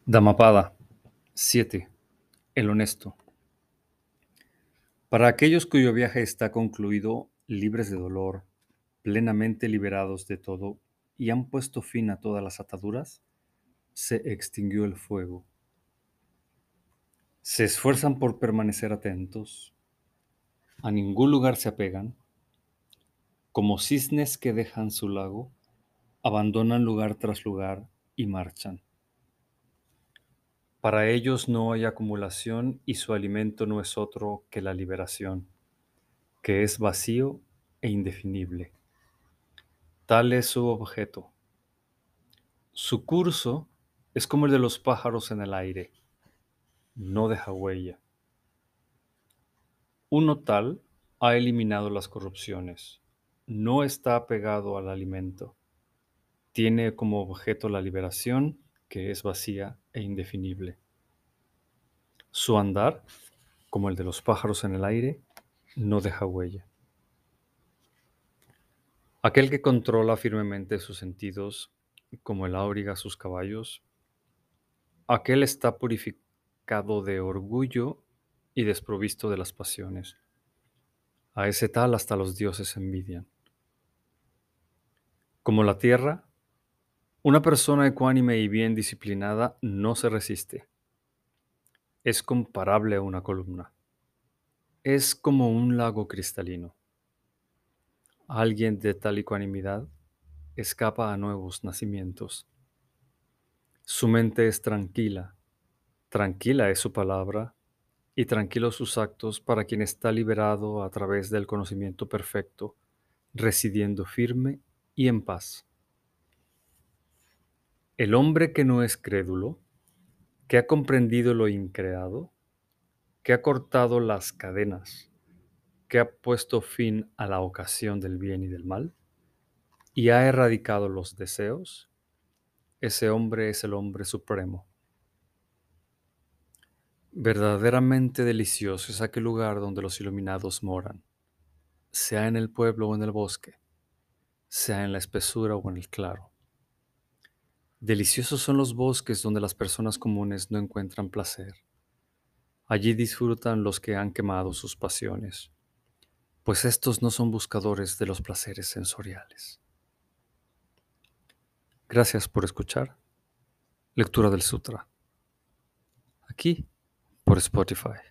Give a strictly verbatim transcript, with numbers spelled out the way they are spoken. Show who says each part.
Speaker 1: Dhammapada siete. El honesto. Para aquellos cuyo viaje está concluido, libres de dolor, plenamente liberados de todo, y han puesto fin a todas las ataduras, se extinguió el fuego. Se esfuerzan por permanecer atentos, a ningún lugar se apegan, como cisnes que dejan su lago, abandonan lugar tras lugar y marchan. Para ellos no hay acumulación y su alimento no es otro que la liberación, que es vacío e indefinible. Tal es su objeto. Su curso es como el de los pájaros en el aire, no deja huella. Uno tal ha eliminado las corrupciones, no está apegado al alimento, tiene como objeto la liberación, que es vacía e indefinible. Su andar, como el de los pájaros en el aire, no deja huella. Aquel que controla firmemente sus sentidos, como el auriga sus caballos, aquel está purificado de orgullo y desprovisto de las pasiones. A ese tal hasta los dioses envidian. Como la tierra, una persona ecuánime y bien disciplinada no se resiste. Es comparable a una columna. Es como un lago cristalino. Alguien de tal ecuanimidad escapa a nuevos nacimientos. Su mente es tranquila, tranquila es su palabra, y tranquilos sus actos para quien está liberado a través del conocimiento perfecto, residiendo firme y en paz. El hombre que no es crédulo, que ha comprendido lo increado, que ha cortado las cadenas, que ha puesto fin a la ocasión del bien y del mal, y ha erradicado los deseos, ese hombre es el hombre supremo. Verdaderamente delicioso es aquel lugar donde los iluminados moran, sea en el pueblo o en el bosque, sea en la espesura o en el claro. Deliciosos son los bosques donde las personas comunes no encuentran placer. Allí disfrutan los que han quemado sus pasiones, pues estos no son buscadores de los placeres sensoriales. Gracias por escuchar. Lectura del Sutra. Aquí por Spotify.